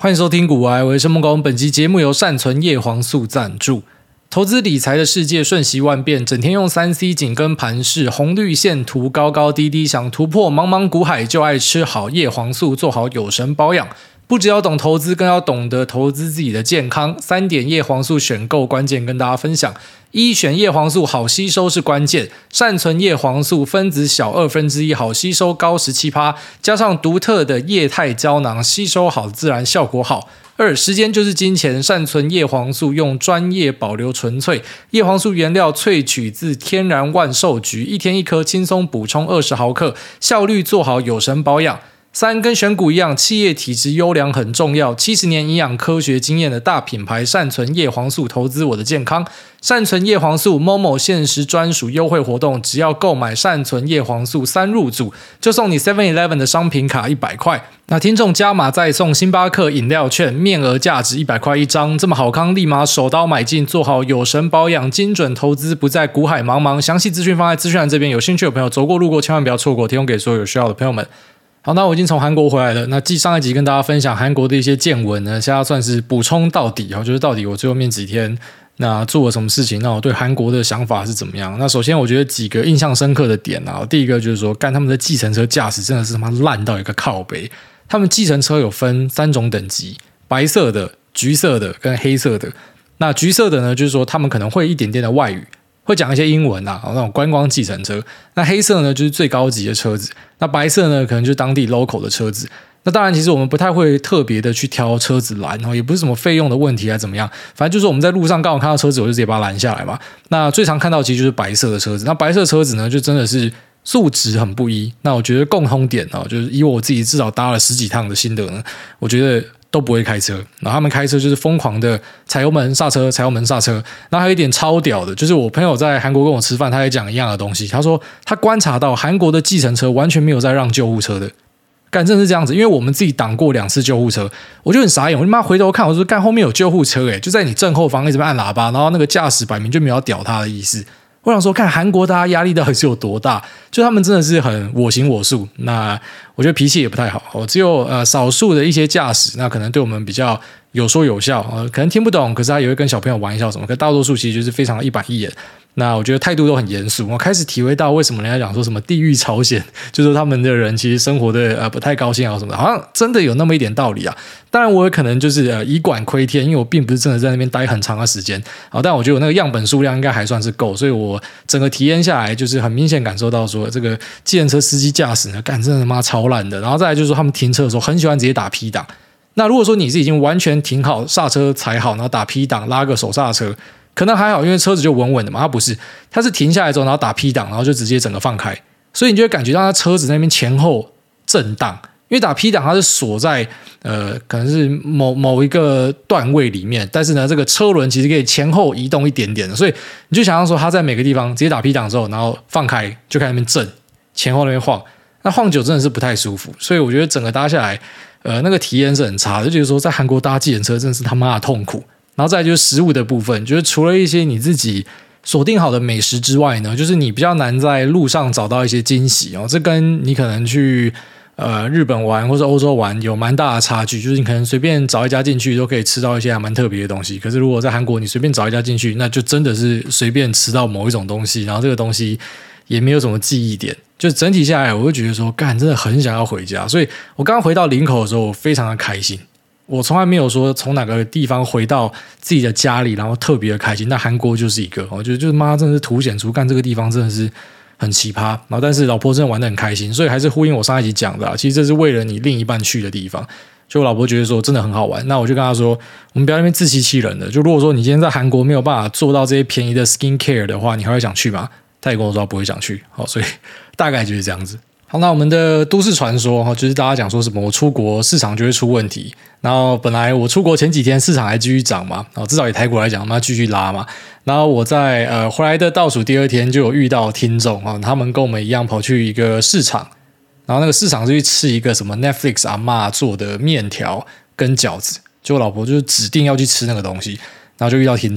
欢迎收听股癌，我是孟工。本期节目由善存叶黄素赞助。投资理财的世界瞬息万变，整天用3C 紧跟盘势，红绿线图高高低低，想突破茫茫股海，就爱吃好叶黄素，做好有神保养。不只要懂投资，更要懂得投资自己的健康。3点叶黄素选购关键跟大家分享：一、选叶黄素好吸收是关键，善存叶黄素分子小1/2，好吸收高17%，加上独特的液态胶囊，吸收好自然效果好。2、时间就是金钱，善存叶黄素用专业保留纯粹，叶黄素原料萃取自天然万寿菊，1天1颗，轻松补充20毫克，效率做好有神保养。3、跟选股一样，企业体质优良很重要。70年营养科学经验的大品牌善存叶黄素，投资我的健康。善存叶黄素 Momo 限时专属优惠活动，只要购买善存叶黄素3入组，就送你 7-Eleven 的商品卡100块。那听众加码再送星巴克饮料券，面额价值100块一张。这么好康，立马手刀买进，做好有神保养，精准投资，不在股海茫茫。详细资讯放在资讯栏这边，有兴趣的朋友走过路过千万不要错过，提供给所有有需要的朋友们。好，那我已经从韩国回来了。那继上一集跟大家分享韩国的一些见闻呢，现在算是补充到底，就是到底我最后面几天那做了什么事情，那我对韩国的想法是怎么样。那首先我觉得几个印象深刻的点啊，第一个就是说，干他们的计程车驾驶真的是他妈烂到一个靠北。他们计程车有分3种等级，白色的、橘色的跟黑色的。那橘色的呢，就是说他们可能会一点点的外语，会讲一些英文啊，那种观光计程车。那黑色呢，就是最高级的车子。那白色呢，可能就是当地 local 的车子。那当然，其实我们不太会特别的去挑车子拦，也不是什么费用的问题还是怎么样，反正就是我们在路上刚好看到车子，我就直接把它拦下来嘛。那最常看到其实就是白色的车子。那白色车子呢，就真的是素质很不一。那我觉得共通点就是以我自己至少搭了10几趟的心得呢，我觉得都不会开车，然后他们开车就是疯狂的踩油门刹车，踩油门刹车。然后还有一点超屌的，就是我朋友在韩国跟我吃饭，他也讲一样的东西。他说他观察到韩国的计程车完全没有在让救护车的，干真的是这样子。因为我们自己挡过2次救护车，我就很傻眼。我他妈回头看，我说干后面有救护车就在你正后方一直按喇叭，然后那个驾驶摆明就没有要屌他的意思。我想说，看韩国大家压力到底是有多大？就他们真的是很我行我素。那我觉得脾气也不太好，只有少数的一些驾驶，那可能对我们比较有说有笑，可能听不懂，可是他也会跟小朋友玩笑什么。可大多数其实就是非常的一板一眼。那我觉得态度都很严肃。我开始体会到为什么人家讲说什么地狱朝鲜，就是说他们的人其实生活的不太高兴啊什么的，好像真的有那么一点道理啊。当然我也可能就是以管窥天，因为我并不是真的在那边待很长的时间，但我觉得我那个样本数量应该还算是够，所以我整个体验下来就是很明显感受到说这个计程车司机驾驶呢，干真的他妈超烂的。然后再来就是说他们停车的时候很喜欢直接打 P 档。那如果说你是已经完全停好刹车踩好，然后打 P 档拉个手刹车，可能还好，因为车子就稳稳的嘛。它不是，它是停下来之后，然后打 P 档，然后就直接整个放开，所以你就会感觉到它车子那边前后震荡。因为打 P 档它是锁在可能是某一个段位里面，但是呢，这个车轮其实可以前后移动一点点的，所以你就想象说它在每个地方直接打 P 档之后，然后放开就开始那边震，前后那边晃，那晃久真的是不太舒服。所以我觉得整个搭下来，那个体验是很差的，就觉得说在韩国搭计程车真的是他妈的痛苦。然后再来就是食物的部分，就是除了一些你自己锁定好的美食之外呢，就是你比较难在路上找到一些惊喜这跟你可能去日本玩或者欧洲玩有蛮大的差距。就是你可能随便找一家进去都可以吃到一些还蛮特别的东西，可是如果在韩国你随便找一家进去，那就真的是随便吃到某一种东西，然后这个东西也没有什么记忆点。就整体下来我会觉得说干真的很想要回家。所以我刚回到林口的时候我非常的开心，我从来没有说从哪个地方回到自己的家里然后特别的开心。那韩国就是一个，我觉得就是妈真的是凸显出干这个地方真的是很奇葩。然后但是老婆真的玩得很开心，所以还是呼应我上一集讲的其实这是为了你另一半去的地方。就我老婆觉得说真的很好玩，那我就跟她说我们不要那边自欺欺人的。就如果说你今天在韩国没有办法做到这些便宜的 skincare 的话，你还会想去吗？她也跟我说她不会想去。所以大概就是这样子。好，那我们的都市传说就是大家讲说什么我出国市场就会出问题，然后本来我出国前几天市场还继续涨嘛，至少以台股来讲我们要继续拉嘛。然后我在回来的倒数第2天就有遇到听众他们跟我们一样跑去一个市场，然后那个市场是去吃一个什么 Netflix 阿嬷做的面条跟饺子，就我老婆就是指定要去吃那个东西，然后就遇到听众，然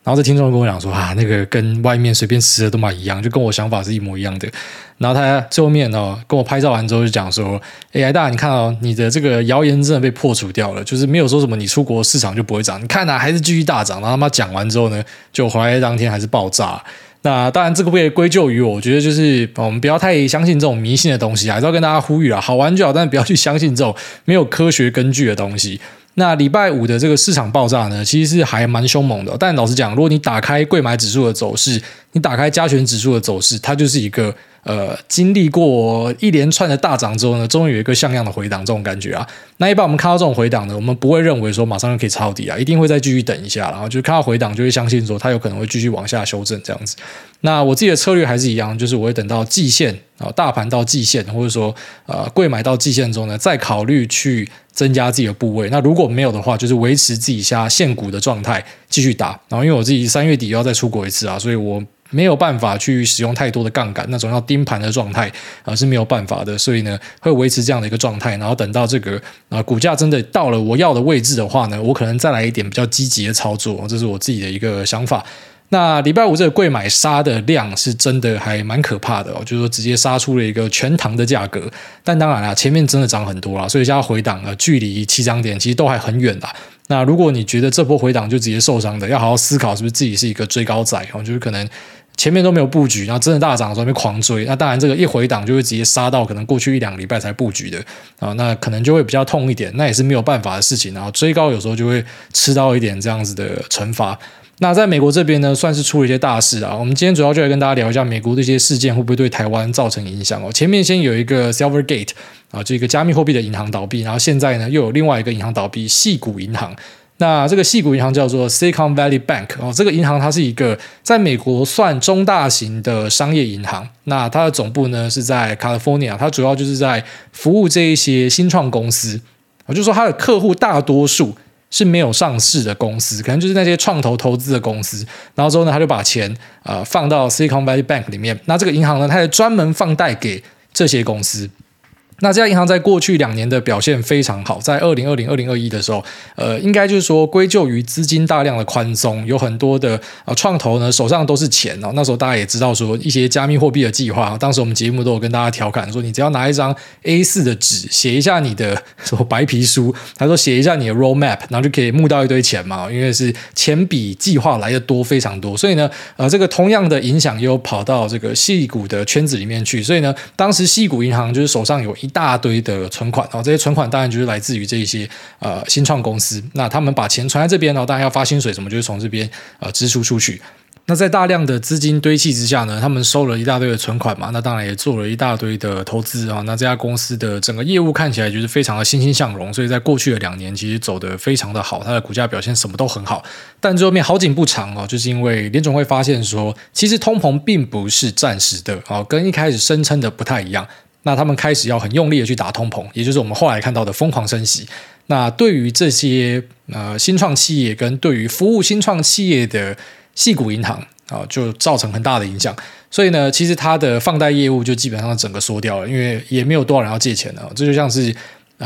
然后这听众跟我讲说啊，那个跟外面随便吃的都蛮一样，就跟我想法是一模一样的。然后他最后面跟我拍照完之后就讲说，哎，大你看你的这个谣言真的被破除掉了，就是没有说什么你出国市场就不会涨，你看还是继续大涨。然后他妈讲完之后呢，就回来当天还是爆炸。那当然这个不可以归咎于我觉得就是我们不要太相信这种迷信的东西，还是要跟大家呼吁啦，好玩就好，但是不要去相信这种没有科学根据的东西。那礼拜五的这个市场爆炸呢，其实是还蛮凶猛的。但老实讲，如果你打开柜买指数的走势，你打开加权指数的走势，它就是一个经历过一连串的大涨之后呢，终于有一个像样的回档这种感觉啊。那一般我们看到这种回档呢，我们不会认为说马上就可以抄底啊，一定会再继续等一下，然后就看到回档就会相信说它有可能会继续往下修正这样子。那我自己的策略还是一样，就是我会等到季线大盘到季线，或者说柜买到季线中呢，再考虑去增加自己的部位。那如果没有的话，就是维持自己下现股的状态继续打。然后因为我自己3月底要再出国一次啊，所以我没有办法去使用太多的杠杆，那种要盯盘的状态是没有办法的，所以呢会维持这样的一个状态，然后等到这个股价真的到了我要的位置的话呢，我可能再来一点比较积极的操作，这是我自己的一个想法。那礼拜五这个柜买杀的量是真的还蛮可怕的就是说直接杀出了一个全堂的价格，但当然啦，前面真的涨很多啦，所以现在回档距离起涨点其实都还很远啦。那如果你觉得这波回档就直接受伤的，要好好思考是不是自己是一个追高仔就是可能前面都没有布局，然后真的大涨的时候被狂追，那当然这个一回档就会直接杀到可能过去1-2个礼拜才布局的那可能就会比较痛一点，那也是没有办法的事情，然后追高有时候就会吃到一点这样子的惩罚。那在美国这边呢，算是出了一些大事啊。我们今天主要就来跟大家聊一下美国的一些事件会不会对台湾造成影响前面先有一个 Silvergate 这个加密货币的银行倒闭，然后现在呢又有另外一个银行倒闭，矽谷银行。那这个矽谷银行叫做 Silicon Valley Bank 这个银行它是一个在美国算中大型的商业银行，那它的总部呢是在 California， 它主要就是在服务这一些新创公司，就是说它的客户大多数是没有上市的公司，可能就是那些创投资的公司，然后之后呢他就把钱放到 Silicon Valley Bank 里面，那这个银行呢它也专门放贷给这些公司。那这家银行在过去2年的表现非常好，在2020、2021的时候，应该就是说归咎于资金大量的宽松，有很多的创投呢手上都是钱那时候大家也知道说一些加密货币的计划当时我们节目都有跟大家调侃说，你只要拿一张 A4 的纸写一下你的什么白皮书，他说写一下你的 roadmap， 然后就可以募到一堆钱嘛，因为是钱比计划来的多非常多，所以呢这个同样的影响也有跑到这个矽谷的圈子里面去，所以呢当时矽谷银行就是手上有一大堆的存款这些存款当然就是来自于这些新创公司，那他们把钱存在这边当然要发薪水什么就是从这边支出出去。那在大量的资金堆砌之下呢，他们收了一大堆的存款嘛，那当然也做了一大堆的投资那这家公司的整个业务看起来就是非常的欣欣向荣，所以在过去的2年其实走得非常的好，它的股价表现什么都很好。但最后面好景不长就是因为联准会发现说，其实通膨并不是暂时的跟一开始声称的不太一样。那他们开始要很用力的去打通膨，也就是我们后来看到的疯狂升息。那对于这些新创企业跟对于服务新创企业的矽谷银行就造成很大的影响。所以呢，其实它的放贷业务就基本上整个缩掉了，因为也没有多少人要借钱了。这就像是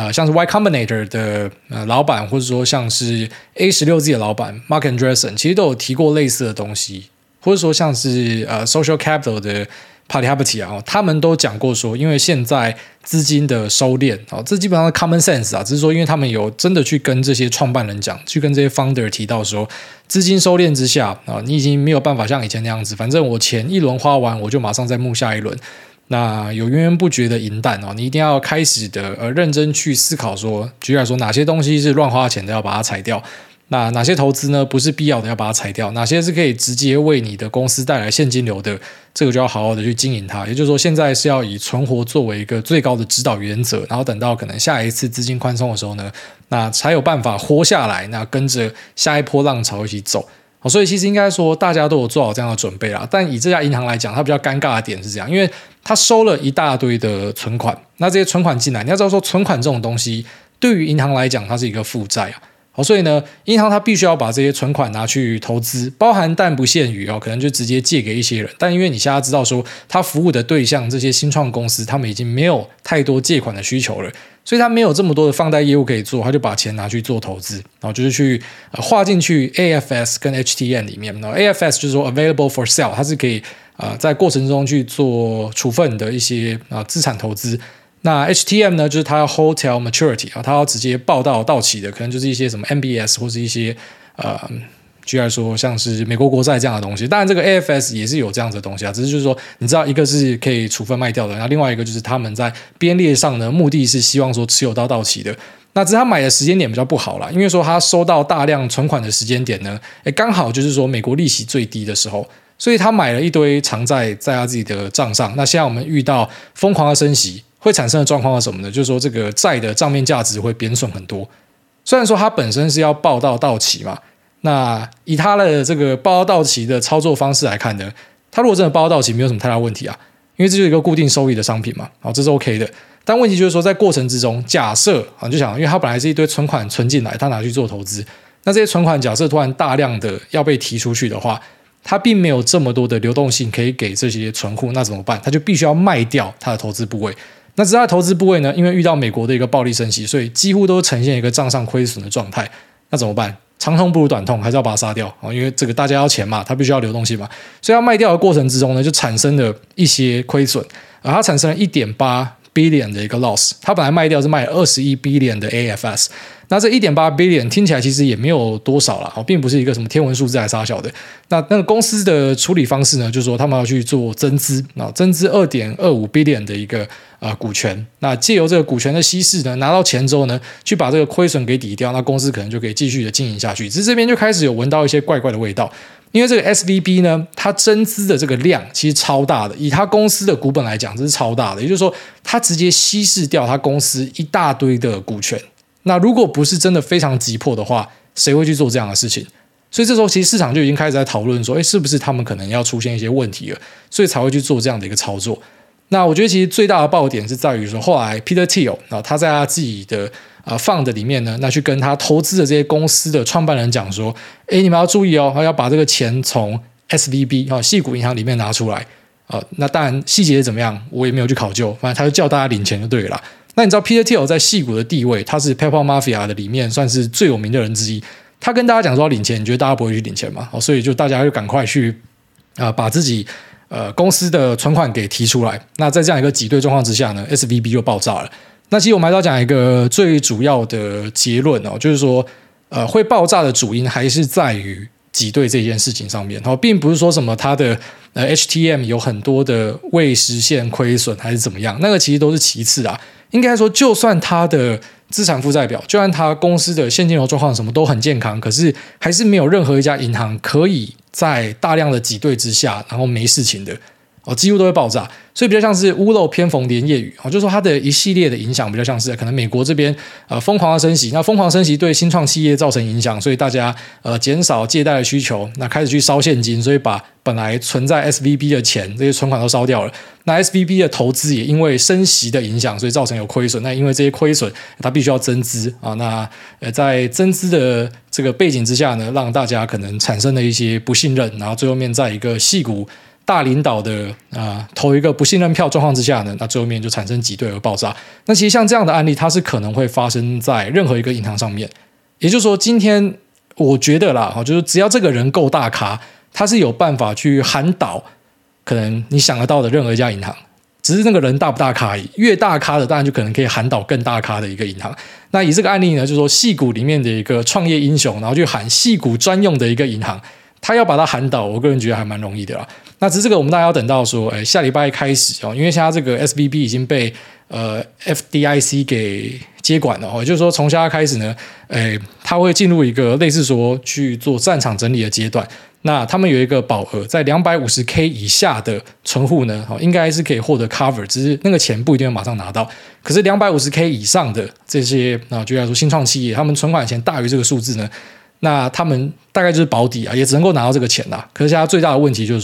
Y Combinator 的老板，或者说像是 A16Z 的老板 Mark Andreessen， 其实都有提过类似的东西，或者说像是Social Capital 的Party 他们都讲过说，因为现在资金的收敛这基本上是 common sense 只是说因为他们有真的去跟这些创办人讲，去跟这些 founder 提到说，资金收敛之下你已经没有办法像以前那样子，反正我钱一轮花完我就马上再募下一轮，那有源源不绝的银弹你一定要开始的认真去思考说，举例来说哪些东西是乱花钱的要把它裁掉，那哪些投资呢不是必要的要把它裁掉，哪些是可以直接为你的公司带来现金流的，这个就要好好的去经营它。也就是说现在是要以存活作为一个最高的指导原则，然后等到可能下一次资金宽松的时候呢，那才有办法活下来，那跟着下一波浪潮一起走。所以其实应该说大家都有做好这样的准备啦，但以这家银行来讲，它比较尴尬的点是这样，因为它收了一大堆的存款，那这些存款进来，你要知道说存款这种东西对于银行来讲它是一个负债好，所以呢，银行它必须要把这些存款拿去投资，包含但不限于可能就直接借给一些人。但因为你现在知道说，它服务的对象这些新创公司，他们已经没有太多借款的需求了，所以他没有这么多的放贷业务可以做，他就把钱拿去做投资，然后就是去划进去 AFS 跟 HTM 里面。然后 AFS 就是说 Available for Sale， 它是可以在过程中去做处分的一些资产投资。那 HTM 呢，就是它要 hold till maturity 它要直接报到期的，可能就是一些什么 MBS 或是一些举例来说像是美国国债这样的东西。当然这个 AFS 也是有这样子的东西只是就是说你知道一个是可以处分卖掉的，然后另外一个就是他们在编列上呢，目的是希望说持有到期的。那只是他买的时间点比较不好啦，因为说他收到大量存款的时间点呢，刚好就是说美国利息最低的时候，所以他买了一堆长债在他自己的账上。那现在我们遇到疯狂的升息，会产生的状况是什么呢？就是说这个债的账面价值会贬损很多。虽然说它本身是要报到期嘛，那以它的这个报到期的操作方式来看呢，它如果真的报到期没有什么太大问题因为这就是一个固定收益的商品嘛，这是 OK 的。但问题就是说在过程之中，假设就想，因为它本来是一堆存款存进来，它拿去做投资，那这些存款假设突然大量的要被提出去的话，它并没有这么多的流动性可以给这些存户，那怎么办？它就必须要卖掉它的投资部位。那只是它的投资部位呢，因为遇到美国的一个暴力升息，所以几乎都呈现一个账上亏损的状态。那怎么办？长痛不如短痛，还是要把它杀掉因为这个大家要钱嘛，它必须要流动性嘛，所以要卖掉的过程之中呢，就产生了一些亏损它产生了 1.8 billion 的一个 loss。 它本来卖掉是卖21 billion 的 AFS， 那这 1.8 billion 听起来其实也没有多少啦并不是一个什么天文数字还是啥小的。那个公司的处理方式呢，就是说他们要去做增资增资 2.25 billion 的一个股权。那借由这个股权的稀释呢，拿到钱之后呢，去把这个亏损给抵掉，那公司可能就可以继续的经营下去。只是这边就开始有闻到一些怪怪的味道，因为这个 SVB 呢，它增资的这个量其实超大的，以它公司的股本来讲，这是超大的。也就是说，它直接稀释掉它公司一大堆的股权。那如果不是真的非常急迫的话，谁会去做这样的事情？所以这时候其实市场就已经开始在讨论说，是不是他们可能要出现一些问题了，所以才会去做这样的一个操作。那我觉得其实最大的爆点是在于说，后来 Peter Thiel 他在他自己的fund 里面呢，那去跟他投资的这些公司的创办人讲说，你们要注意要把这个钱从 SVB 矽谷银行里面拿出来那当然细节是怎么样我也没有去考究，反正他就叫大家领钱就对了啦。那你知道 Peter Thiel 在矽谷的地位，他是 PayPal Mafia 的里面算是最有名的人之一。他跟大家讲说要领钱，你觉得大家不会去领钱吗？所以就大家就赶快去把自己公司的存款给提出来。那在这样一个挤兑状况之下呢 ，SVB 就爆炸了。那其实我们还是要讲一个最主要的结论就是说会爆炸的主因还是在于挤兑这件事情上面并不是说什么它的HTM 有很多的未实现亏损还是怎么样，那个其实都是其次应该说就算它的资产负债表，就算它公司的现金流状况什么都很健康，可是还是没有任何一家银行可以在大量的挤兑之下然后没事情的几乎都会爆炸。所以比较像是屋漏偏逢连夜雨就是说它的一系列的影响比较像是可能美国这边疯狂的升息，那疯狂升息对新创企业造成影响，所以大家减少借贷的需求，那开始去烧现金，所以把本来存在 SVB 的钱这些存款都烧掉了。那 SVB 的投资也因为升息的影响，所以造成有亏损，那因为这些亏损它必须要增资那在增资的这个背景之下呢，让大家可能产生了一些不信任，然后最后面在一个矽谷大领导的投一个不信任票状况之下呢，那最后面就产生挤兑而爆炸。那其实像这样的案例，它是可能会发生在任何一个银行上面。也就是说，今天我觉得啦，就是只要这个人够大咖，他是有办法去喊倒可能你想得到的任何一家银行。只是那个人大不大咖而已，越大咖的当然就可能可以喊倒更大咖的一个银行。那以这个案例呢，就是说矽谷里面的一个创业英雄，然后去喊矽谷专用的一个银行，他要把它喊倒，我个人觉得还蛮容易的啦。那只是这个我们大家要等到说下礼拜开始因为现在这个 SVB 已经被FDIC 给接管了也就是说从现在开始呢他会进入一个类似说去做战场整理的阶段。那他们有一个保额在 250K 以下的存户呢应该是可以获得 cover， 只是那个钱不一定会马上拿到。可是 250K 以上的这些就来说新创企业，他们存款钱大于这个数字呢，那他们大概就是保底也只能够拿到这个钱啦。可是现在最大的问题就是说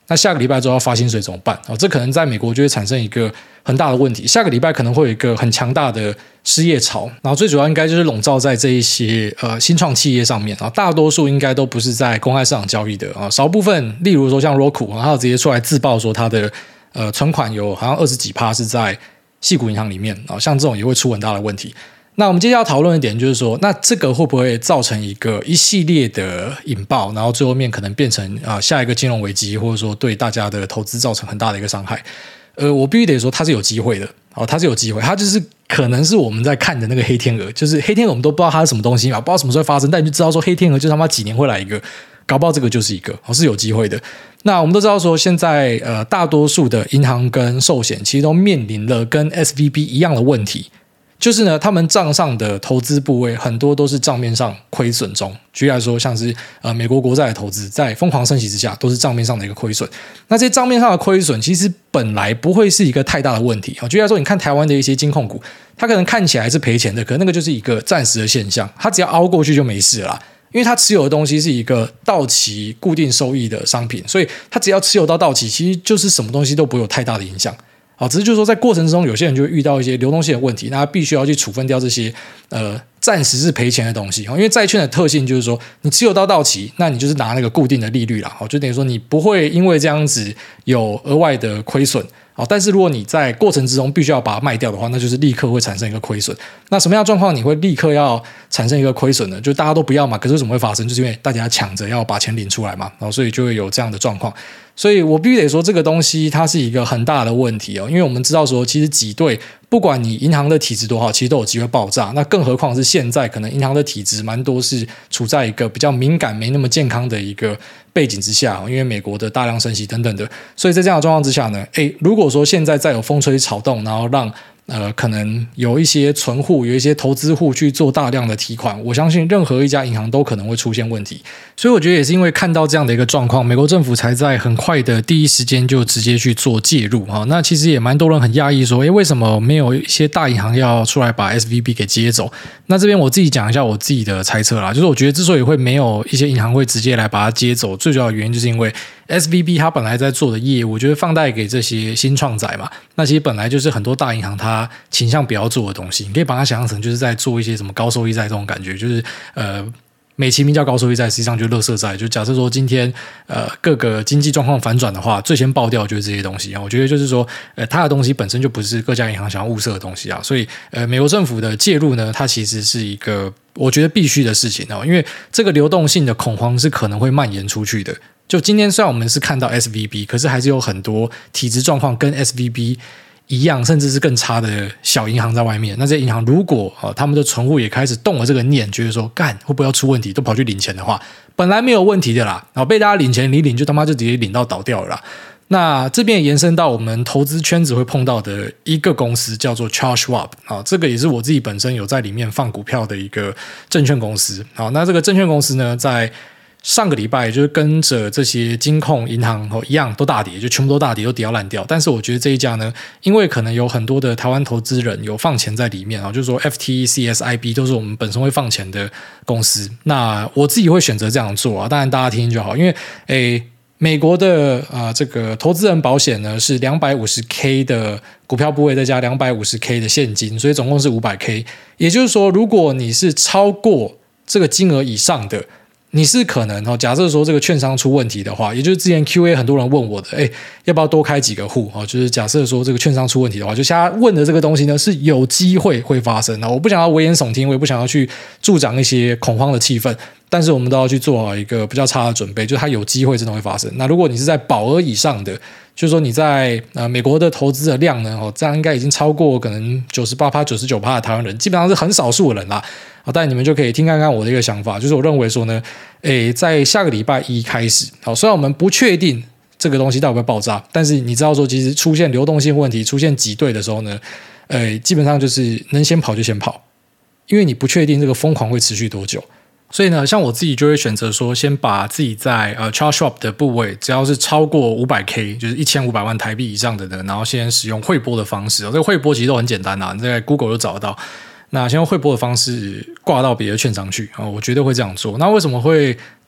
那下个礼拜之后要发薪水怎么办？这可能在美国就会产生一个很大的问题。下个礼拜可能会有一个很强大的失业潮，然后最主要应该就是笼罩在这一些新创企业上面啊，大多数应该都不是在公开市场交易的啊，少部分，例如说像 Roku， 他有直接出来自曝说他的存款有好像20几%是在矽谷银行里面啊，像这种也会出很大的问题。那我们接下来要讨论一点就是说，那这个会不会造成一系列的引爆，然后最后面可能变成下一个金融危机，或者说对大家的投资造成很大的一个伤害？我必须得说它是有机会的，它是有机会，它就是可能是我们在看的那个黑天鹅，就是黑天鹅我们都不知道它是什么东西嘛，不知道什么时候会发生，但你就知道说黑天鹅就他妈几年会来一个，搞不好这个就是一个，是有机会的。那我们都知道说，现在大多数的银行跟寿险其实都面临了跟 SVB 一样的问题。就是呢，他们账上的投资部位很多都是账面上亏损中。举例来说，像是美国国债的投资，在疯狂升息之下，都是账面上的一个亏损。那这些账面上的亏损，其实本来不会是一个太大的问题。举例来说，你看台湾的一些金控股，它可能看起来是赔钱的，可那个就是一个暂时的现象，它只要熬过去就没事了啦。因为它持有的东西是一个到期固定收益的商品，所以它只要持有到期，其实就是什么东西都不会有太大的影响。只是就是说在过程之中有些人就会遇到一些流动性的问题，那他必须要去处分掉这些暂时是赔钱的东西。因为债券的特性就是说你持有到期，那你就是拿那个固定的利率啦，就等于说你不会因为这样子有额外的亏损。但是如果你在过程之中必须要把它卖掉的话，那就是立刻会产生一个亏损。那什么样的状况你会立刻要产生一个亏损呢？就大家都不要嘛，可是为什么会发生？就是因为大家抢着要把钱领出来嘛，然后所以就会有这样的状况。所以我必须得说，这个东西它是一个很大的问题因为我们知道说，其实挤兑不管你银行的体质多好，其实都有机会爆炸。那更何况是现在可能银行的体质蛮多是处在一个比较敏感、没那么健康的一个背景之下，因为美国的大量升息等等的，所以在这样的状况之下呢，如果说现在再有风吹草动，然后让可能有一些存户、有一些投资户去做大量的提款，我相信任何一家银行都可能会出现问题。所以我觉得也是因为看到这样的一个状况，美国政府才在很快的第一时间就直接去做介入那其实也蛮多人很讶异说，为什么没有一些大银行要出来把 SVB 给接走？那这边我自己讲一下我自己的猜测啦，就是我觉得之所以会没有一些银行会直接来把它接走，最主要的原因就是因为 SVB 它本来在做的业务，就是放贷给这些新创仔嘛，那其实本来就是很多大银行它倾向不要做的东西，你可以把它想象成就是在做一些什么高收益债这种感觉，就是美其名叫高收益债，实际上就是垃圾债。就假设说今天各个经济状况反转的话，最先爆掉就是这些东西我觉得就是说它的东西本身就不是各家银行想要物色的东西所以美国政府的介入呢，它其实是一个我觉得必须的事情因为这个流动性的恐慌是可能会蔓延出去的。就今天虽然我们是看到 SVB， 可是还是有很多体质状况跟 SVB 一样甚至是更差的小银行在外面。那这些银行如果他们的存户也开始动了这个念，觉得说干会不会要出问题，都跑去领钱的话，本来没有问题的啦，然后被大家领钱领就他妈就直接领到倒掉了啦。那这边也延伸到我们投资圈子会碰到的一个公司叫做 Charles Schwab 这个也是我自己本身有在里面放股票的一个证券公司那这个证券公司呢，在上个礼拜就是跟着这些金控银行一样都大跌，就全部都大跌，都跌到烂掉。但是我觉得这一家呢，因为可能有很多的台湾投资人有放钱在里面就是说 FTCSIB 都是我们本身会放钱的公司。那我自己会选择这样做当然大家听听就好，因为美国的这个投资人保险呢是 250K 的股票部位再加 250K 的现金，所以总共是 500K。 也就是说如果你是超过这个金额以上的，你是可能假设说这个券商出问题的话，也就是之前 QA 很多人问我的要不要多开几个户就是假设说这个券商出问题的话，就现在问的这个东西呢是有机会会发生我不想要危言耸听，我也不想要去助长一些恐慌的气氛，但是我们都要去做好一个比较差的准备，就是它有机会真的会发生。那如果你是在保额以上的，就是说你在美国的投资的量呢这样应该已经超过可能 98%、99% 的台湾人，基本上是很少数的人啦但你们就可以听看看我的一个想法，就是我认为说呢在下个礼拜一开始虽然我们不确定这个东西到底会不会爆炸，但是你知道说其实出现流动性问题，出现挤兑的时候呢基本上就是能先跑就先跑，因为你不确定这个疯狂会持续多久。所以呢，像我自己就会选择说，先把自己在Charles Schwab 的部位，只要是超过 500K， 就是1500万台币以上的呢，然后先使用汇拨的方式这个汇拨其实都很简单你在 Google 就找得到。那先用汇拨的方式挂到别的券商去我绝对会这样做。那为什么会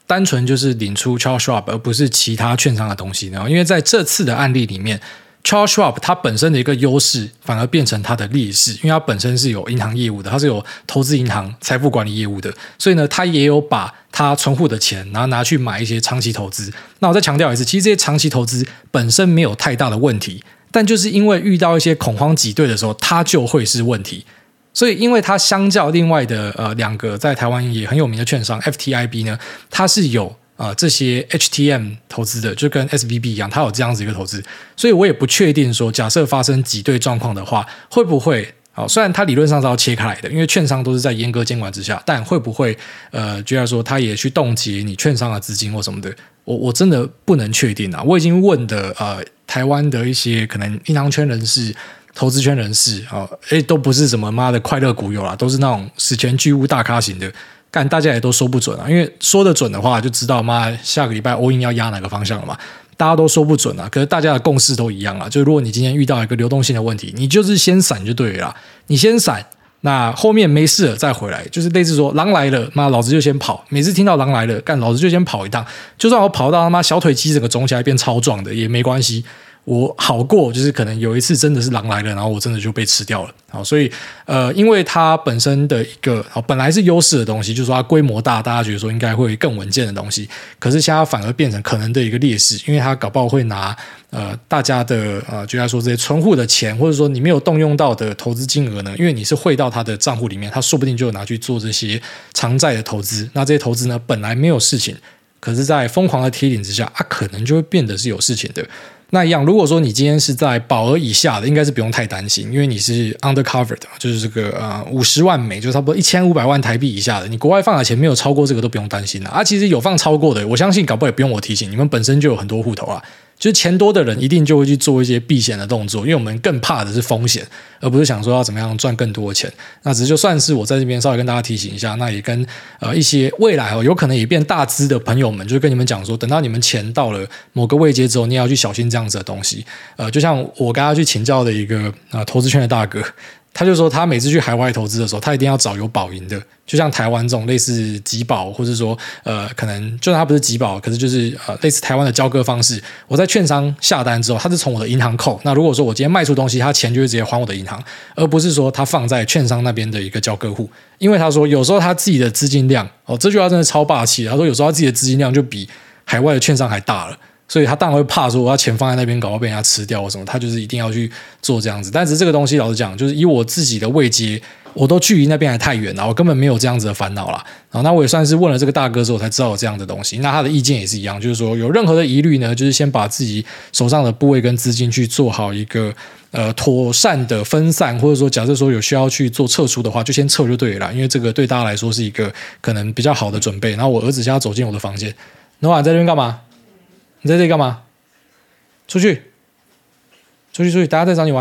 单纯就是领出 Charles Schwab 而不是其他券商的东西呢？因为在这次的案例里面，Charles Schwab 它本身的一个优势反而变成它的劣势，因为它本身是有银行业务的，它是有投资银行财富管理业务的，所以呢，它也有把它存户的钱然后拿去买一些长期投资。那我再强调一次，其实这些长期投资本身没有太大的问题，但就是因为遇到一些恐慌挤兑的时候，它就会是问题。所以因为它相较另外的两个在台湾也很有名的券商 FTIB 呢，它是有这些 HTM 投资的，就跟 SVB 一样，它有这样子一个投资，所以我也不确定说假设发生挤兑状况的话会不会虽然它理论上是要切开来的，因为券商都是在严格监管之下，但会不会觉得说它也去冻结你券商的资金或什么的，我真的不能确定啊。我已经问的台湾的一些可能银行圈人士投资圈人士都不是什么妈的快乐股友啦，都是那种史前巨物大咖型的，干大家也都说不准啊，因为说得准的话就知道妈下个礼拜 all in 要压哪个方向了嘛，大家都说不准啊，可是大家的共识都一样啊，就如果你今天遇到一个流动性的问题，你就是先闪就对了啦，你先闪，那后面没事了再回来，就是类似说狼来了，妈老子就先跑，每次听到狼来了，干老子就先跑一趟，就算我跑到他妈小腿肌整个肿起来变超壮的也没关系，我好过就是可能有一次真的是狼来了，然后我真的就被吃掉了。好，所以因为它本身的一个本来是优势的东西，就是说它规模大，大家觉得说应该会更稳健的东西，可是现在反而变成可能的一个劣势，因为它搞不好会拿大家的就在说这些存户的钱，或者说你没有动用到的投资金额呢，因为你是汇到他的账户里面，他说不定就拿去做这些长债的投资，那这些投资呢本来没有事情，可是在疯狂的贴领之下可能就会变得是有事情的。那一样，如果说你今天是在保额以下的，应该是不用太担心，因为你是 undercovered， 就是这个50万美，就差不多1500万台币以下的，你国外放的钱没有超过这个都不用担心了其实有放超过的，我相信搞不好也不用我提醒，你们本身就有很多户头啊。就是钱多的人一定就会去做一些避险的动作，因为我们更怕的是风险，而不是想说要怎么样赚更多的钱。那只是就算是我在这边稍微跟大家提醒一下，那也跟一些未来有可能也变大资的朋友们，就跟你们讲说，等到你们钱到了某个位阶之后，你也要去小心这样子的东西。就像我跟他去请教的一个投资圈的大哥，他就说他每次去海外投资的时候，他一定要找有保银的，就像台湾这种类似集保，或者说可能就算他不是集保，可是就是类似台湾的交割方式。我在券商下单之后，他是从我的银行扣。那如果说我今天卖出东西，他钱就会直接还我的银行，而不是说他放在券商那边的一个交割户。因为他说有时候他自己的资金量这句话真的超霸气。他说有时候他自己的资金量就比海外的券商还大了。所以他当然会怕说我要钱放在那边搞到被人家吃掉或什么，他就是一定要去做这样子。但是这个东西老实讲，就是以我自己的位阶，我都距离那边还太远了，我根本没有这样子的烦恼啦。那我也算是问了这个大哥之后才知道有这样的东西。那他的意见也是一样，就是说有任何的疑虑呢，就是先把自己手上的部位跟资金去做好一个妥善的分散，或者说假设说有需要去做撤出的话，就先撤就对了啦，因为这个对大家来说是一个可能比较好的准备。然后我儿子现在走进我的房间，Noah在这边干嘛？你在这里干嘛？出去，大家在找你玩。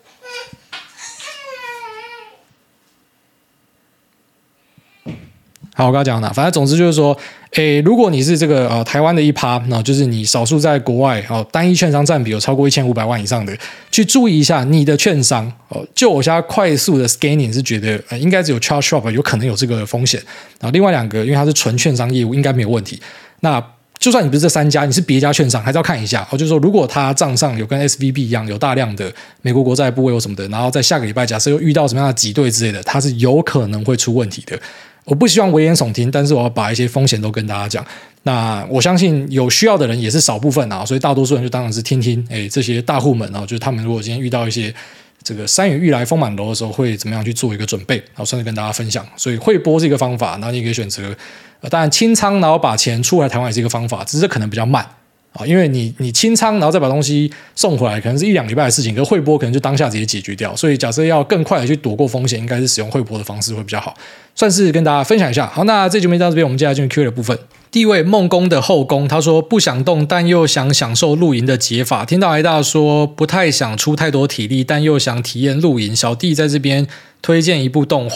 好，我刚刚讲的，反正总之就是说，如果你是这个台湾的一趴，那就是你少数在国外单一券商占比有超过1500万以上的，去注意一下你的券商就我现在快速的 scanning 是觉得应该只有 Charles Schwab 有可能有这个风险，然后另外两个因为它是纯券商业务，应该没有问题。那就算你不是这3家，你是别家券商，还是要看一下就是说如果他账上有跟 SVB 一样有大量的美国国债部位或什么的，然后在下个礼拜假设又遇到什么样的挤兑之类的，它是有可能会出问题的。我不希望危言耸听，但是我要把一些风险都跟大家讲。那我相信有需要的人也是少部分所以大多数人就当然是听听这些大户们就是他们如果今天遇到一些这个山雨欲来风满楼的时候会怎么样去做一个准备，算是跟大家分享。所以汇拨是一个方法，然后你也可以选择当然清仓然后把钱出来台湾也是一个方法，只是可能比较慢因为你清仓然后再把东西送回来可能是1-2礼拜的事情，可是汇拨可能就当下直接解决掉，所以假设要更快的去躲过风险，应该是使用汇拨的方式会比较好，算是跟大家分享一下。好，那这节目到这边，我们接下来进入 Q&A 的部分。第一位梦工的后宫，他说不想动但又想享受露营的解法。听到挨大说不太想出太多体力但又想体验露营，小弟在这边推荐一部动画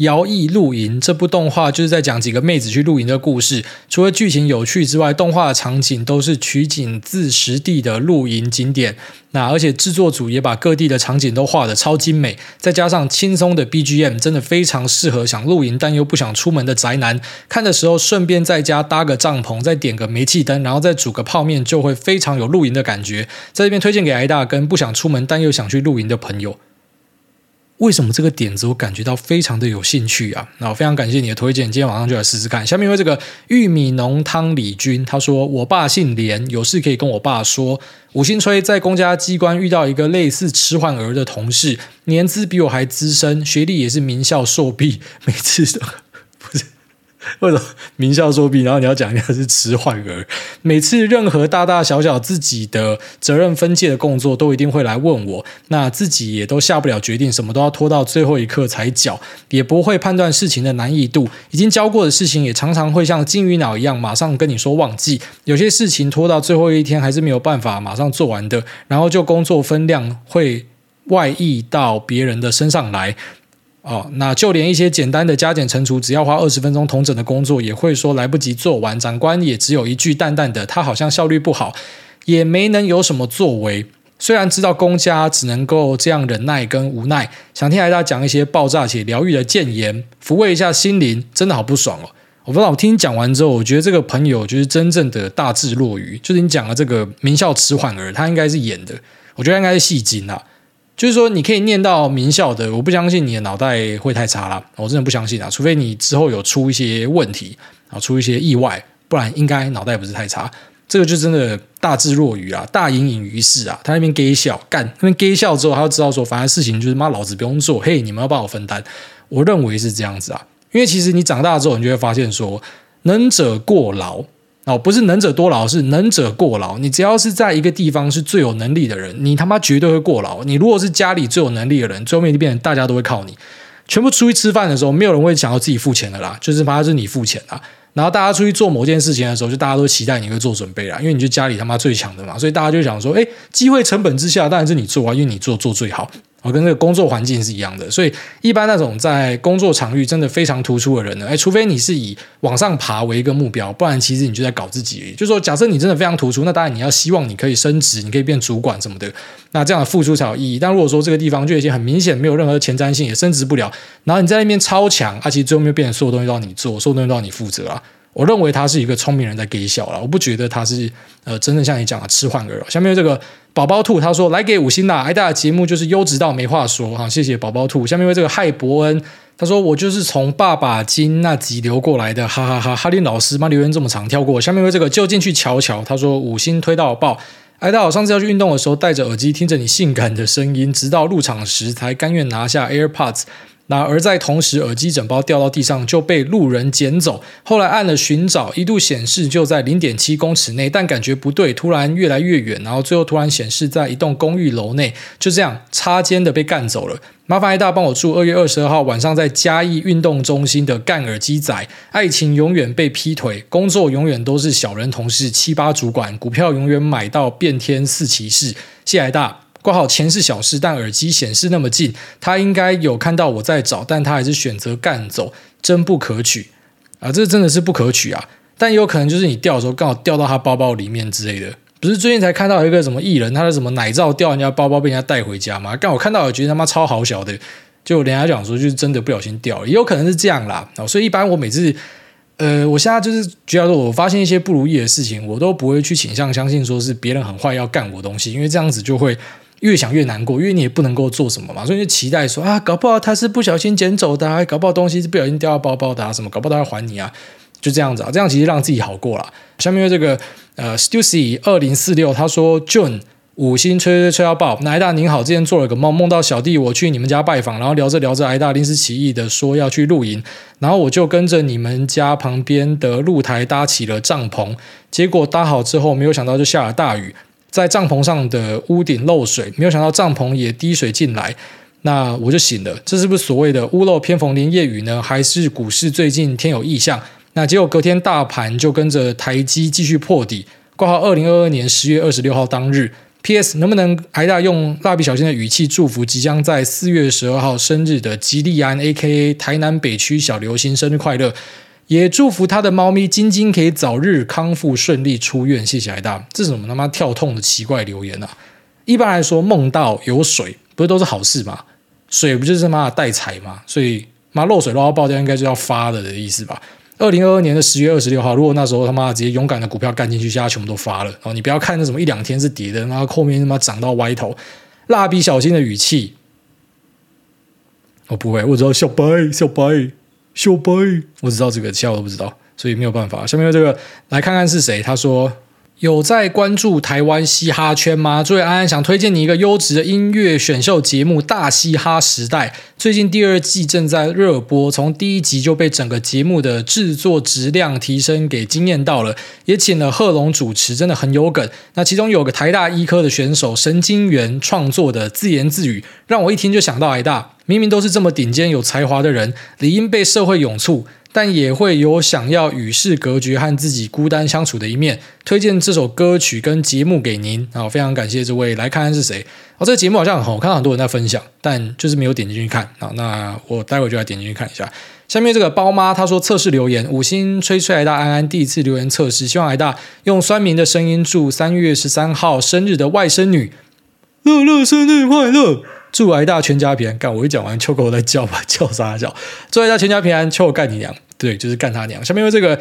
摇曳露营这部动画就是在讲几个妹子去露营的故事，除了剧情有趣之外，动画的场景都是取景自实地的露营景点。那而且制作组也把各地的场景都画得超精美，再加上轻松的 BGM， 真的非常适合想露营但又不想出门的宅男。看的时候顺便在家搭个帐篷，再点个煤气灯，然后再煮个泡面，就会非常有露营的感觉。在这边推荐给挨大跟不想出门但又想去露营的朋友。为什么这个点子我感觉到非常的有兴趣啊？那我非常感谢你的推荐，今天晚上就来试试看。下面因为这个玉米浓汤李军，他说我爸姓连，有事可以跟我爸说。五星吹在公家机关遇到一个类似迟缓儿的同事，年资比我还资深，学历也是名校硕毕，每次都不是。为什么名校作弊，然后你要讲一下是迟缓儿？每次任何大大小小自己的责任分界的工作都一定会来问我，那自己也都下不了决定，什么都要拖到最后一刻才缴，也不会判断事情的难易度，已经教过的事情也常常会像金鱼脑一样马上跟你说忘记，有些事情拖到最后一天还是没有办法马上做完的，然后就工作分量会外溢到别人的身上来。那就连一些简单的加减乘除只要花20分钟统整的工作也会说来不及做完，长官也只有一句淡淡的他好像效率不好，也没能有什么作为。虽然知道公家只能够这样忍耐跟无奈，想听大家讲一些爆炸且疗愈的谏言，抚慰一下心灵，真的好不爽哦。我不知道，我听你讲完之后，我觉得这个朋友就是真正的大智若愚，就是你讲的这个名校迟缓儿，他应该是演的，我觉得应该是戏精啦。就是说你可以念到名校的，我不相信你的脑袋会太差啦，我真的不相信啊，除非你之后有出一些问题，出一些意外，不然应该脑袋不是太差。这个就真的大智若愚啊，大隐隐于市啊。他那边给笑干，那边给笑之后，他就知道说，反正事情就是妈老子不用做，嘿，你们要帮我分担。我认为是这样子啊，因为其实你长大之后，你就会发现说，能者过劳。不是能者多劳，是能者过劳。你只要是在一个地方是最有能力的人，你他妈绝对会过劳。你如果是家里最有能力的人，最后面就变成大家都会靠你。全部出去吃饭的时候，没有人会想要自己付钱的啦，就是反正是你付钱啦。然后大家出去做某件事情的时候，就大家都期待你会做准备啦，因为你就家里他妈最强的嘛，所以大家就想说，机会成本之下，当然是你做啊，因为你做最好。跟这个工作环境是一样的，所以一般那种在工作场域真的非常突出的人呢，除非你是以往上爬为一个目标，不然其实你就在搞自己而已。就是说，假设你真的非常突出，那当然你要希望你可以升职，你可以变主管什么的，那这样的付出才有意义。但如果说这个地方就已经很明显没有任何的前瞻性，也升职不了，然后你在那边超强，其实最后面变成所有东西都要你做，所有东西都要你负责啊。我认为他是一个聪明人在给笑啦，我不觉得他是真正像你讲的痴汉儿。下面这个宝宝兔他说来给5星啦，挨大的节目就是优质到没话说，好谢谢宝宝兔。下面这个嗨伯恩他说我就是从爸爸经那集流过来的，哈哈哈。哈林老师妈留言这么长跳过。下面这个就进去瞧瞧，他说5星推到爆。挨大我上次要去运动的时候戴着耳机听着你性感的声音，直到入场时才甘愿拿下 AirPods。而在同时耳机整包掉到地上就被路人捡走，后来按了寻找，一度显示就在 0.7 公尺内，但感觉不对，突然越来越远，然后最后突然显示在一栋公寓楼内，就这样擦肩的被干走了。麻烦挨大帮我祝2月22号晚上在嘉义运动中心的干耳机仔，爱情永远被劈腿，工作永远都是小人同事7、8主管，股票永远买到变天4骑士。谢谢挨大。挂号钱是小事，但耳机显示那么近，他应该有看到我在找，但他还是选择干走，真不可取啊！这真的是不可取啊！但也有可能就是你掉的时候刚好掉到他包包里面之类的。不是最近才看到一个什么艺人，他的什么奶罩掉人家包包被人家带回家吗？刚我看到我觉得他妈超好小的，就人家讲说就是真的不小心掉了，也有可能是这样啦。所以一般我每次我现在就是觉得说我发现一些不如意的事情，我都不会去倾向相信说是别人很坏要干我东西，因为这样子就会越想越难过，因为你也不能够做什么嘛，所以就期待说搞不好他是不小心捡走的搞不好东西是不小心掉到包包的什么，搞不好他要还你就这样子这样其实让自己好过啦。下面这个Stussy 2046他说 June 5星吹到爆，那挨大您好，之前做了个梦，梦到小弟我去你们家拜访，然后聊着聊着挨大临时起意的说要去露营，然后我就跟着你们家旁边的露台搭起了帐篷，结果搭好之后没有想到就下了大雨，在帐篷上的屋顶漏水，没有想到帐篷也滴水进来，那我就醒了，这是不是所谓的屋漏偏逢连夜雨呢？还是股市最近天有异象？那结果隔天大盘就跟着台积继续破底，挂号2022年10月26号当日， PS 能不能挨大用蜡笔小新的语气祝福即将在4月12号生日的吉利安 AKA 台南北区小流星生日快乐，也祝福他的猫咪晶晶可以早日康复顺利出院，谢谢挨大。这是什么他妈跳痛的奇怪留言啊！一般来说梦到有水不是都是好事吗？水不就是妈的带财吗？所以妈漏水漏到爆掉应该就要发的意思吧。2022年的10月26号，如果那时候他妈直接勇敢的股票干进去，现在全部都发了。然后你不要看那什么1-2天是跌的，然后后面他妈涨到歪头。蜡笔小新的语气，我不会，我知道小白，我只知道这个，其他我都不知道，所以没有办法。下面这个来看看是谁，他说。有在关注台湾嘻哈圈吗？诸位安安想推荐你一个优质的音乐选秀节目《大嘻哈时代》，最近第2季正在热播，从第1集就被整个节目的制作质量提升给惊艳到了，也请了贺龙主持，真的很有梗。那其中有个台大医科的选手神经元创作的自言自语，让我一听就想到挨大，明明都是这么顶尖有才华的人，理应被社会拥簇，但也会有想要与世隔绝和自己孤单相处的一面。推荐这首歌曲跟节目给您，非常感谢这位，来看看是谁。这个节目好像很红，我看到很多人在分享，但就是没有点进去看。那我待会就来点进去看一下。下面这个包妈她说测试留言5星吹吹挨大安安第一次留言测试，希望挨大用酸民的声音祝3月13号生日的外甥女乐乐生日快乐，祝挨大全家平安。干，我一讲完秋狗在叫吧，叫啥叫？祝挨大全家平安，秋狗干你娘！对，就是干他娘。下面有这个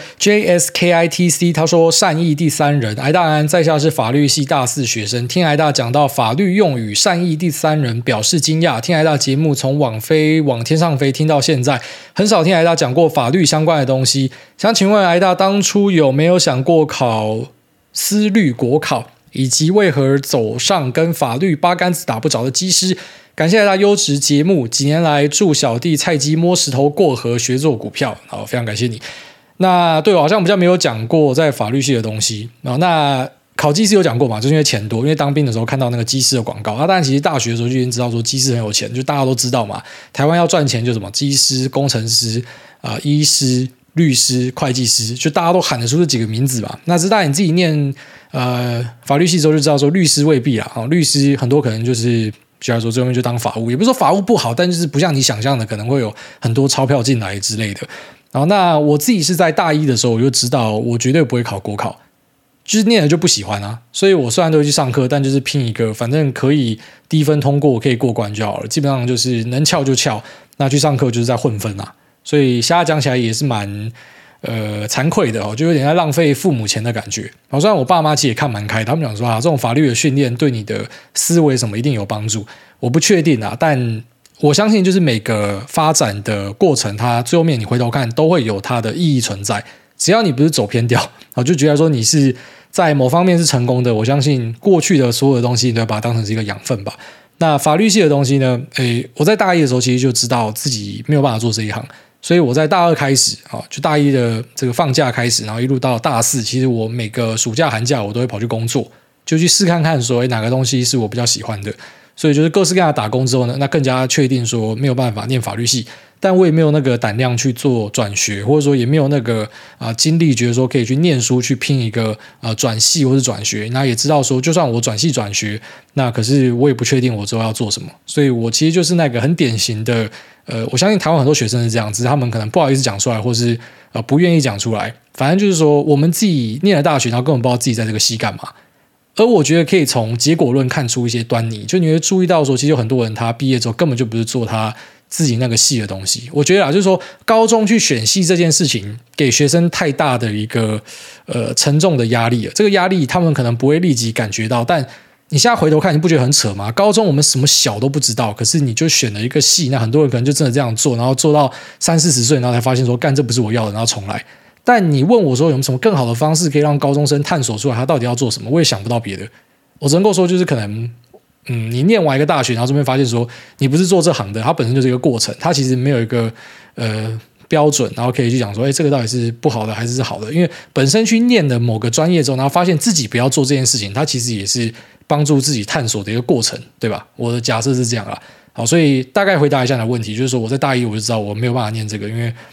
JSKITC， 他说善意第三人，挨大安在下是法律系大4学生，听挨大讲到法律用语善意第三人表示惊讶，听挨大节目从网飞往天上飞听到现在，很少听挨大讲过法律相关的东西，想请问挨大当初有没有想过考私律国考，以及为何走上跟法律八竿子打不着的机师？感谢大家优质节目，几年来助小弟菜鸡摸石头过河学做股票，好，非常感谢你。那对我好像比较没有讲过在法律系的东西，那考技师有讲过嘛，就是因为钱多，因为当兵的时候看到那个技师的广告，当然其实大学的时候就已经知道说技师很有钱，就大家都知道嘛，台湾要赚钱就什么技师、工程师、医师、律师、会计师，就大家都喊得出这几个名字嘛。那知道你自己念法律系之后就知道说律师未必啦，律师很多可能就是比如说最后面就当法务，也不是说法务不好，但就是不像你想象的可能会有很多钞票进来之类的。然后那我自己是在大一的时候我就知道我绝对不会考国考，就是念了就不喜欢啊，所以我虽然都会去上课，但就是拼一个反正可以低分通过可以过关就好了，基本上就是能翘就翘，那去上课就是在混分啊，所以现在讲起来也是蛮惭愧的就有点在浪费父母钱的感觉。虽然我爸妈其实也看蛮开，他们讲说这种法律的训练对你的思维什么一定有帮助，我不确定啊，但我相信就是每个发展的过程，它最后面你回头看都会有它的意义存在。只要你不是走偏掉，就觉得说你是在某方面是成功的，我相信过去的所有的东西你都要把它当成是一个养分吧。那法律系的东西呢，我在大一的时候其实就知道自己没有办法做这一行，所以我在大2开始就大一的这个放假开始，然后一路到大4，其实我每个暑假寒假我都会跑去工作，就去试看看说哪个东西是我比较喜欢的。所以就是各式各样的打工之后呢，那更加确定说没有办法念法律系，但我也没有那个胆量去做转学，或者说也没有那个精力觉得说可以去念书去拼一个转系或是转学。那也知道说就算我转系转学，那可是我也不确定我之后要做什么，所以我其实就是那个很典型的我相信台湾很多学生是这样子，他们可能不好意思讲出来，或是不愿意讲出来，反正就是说我们自己念了大学，然后根本不知道自己在这个系干嘛。而我觉得可以从结果论看出一些端倪，就你会注意到说其实有很多人他毕业之后根本就不是做他自己那个系的东西。我觉得就是说高中去选系这件事情给学生太大的一个沉重的压力了，这个压力他们可能不会立即感觉到，但你现在回头看你不觉得很扯吗？高中我们什么小都不知道，可是你就选了一个系，那很多人可能就真的这样做，然后做到30-40岁，然后才发现说干这不是我要的，然后重来。但你问我说有没有什么更好的方式可以让高中生探索出来他到底要做什么，我也想不到别的。我只能够说就是可能你念完一个大学，然后这边发现说你不是做这行的，它本身就是一个过程，它其实没有一个标准，然后可以去讲说这个到底是不好的还是好的。因为本身去念的某个专业之后，然后发现自己不要做这件事情，它其实也是帮助自己探索的一个过程，对吧？我的假设是这样啦。好，所以大概回答一下你的问题，就是说我在大一我就知道我没有办法念这个，因为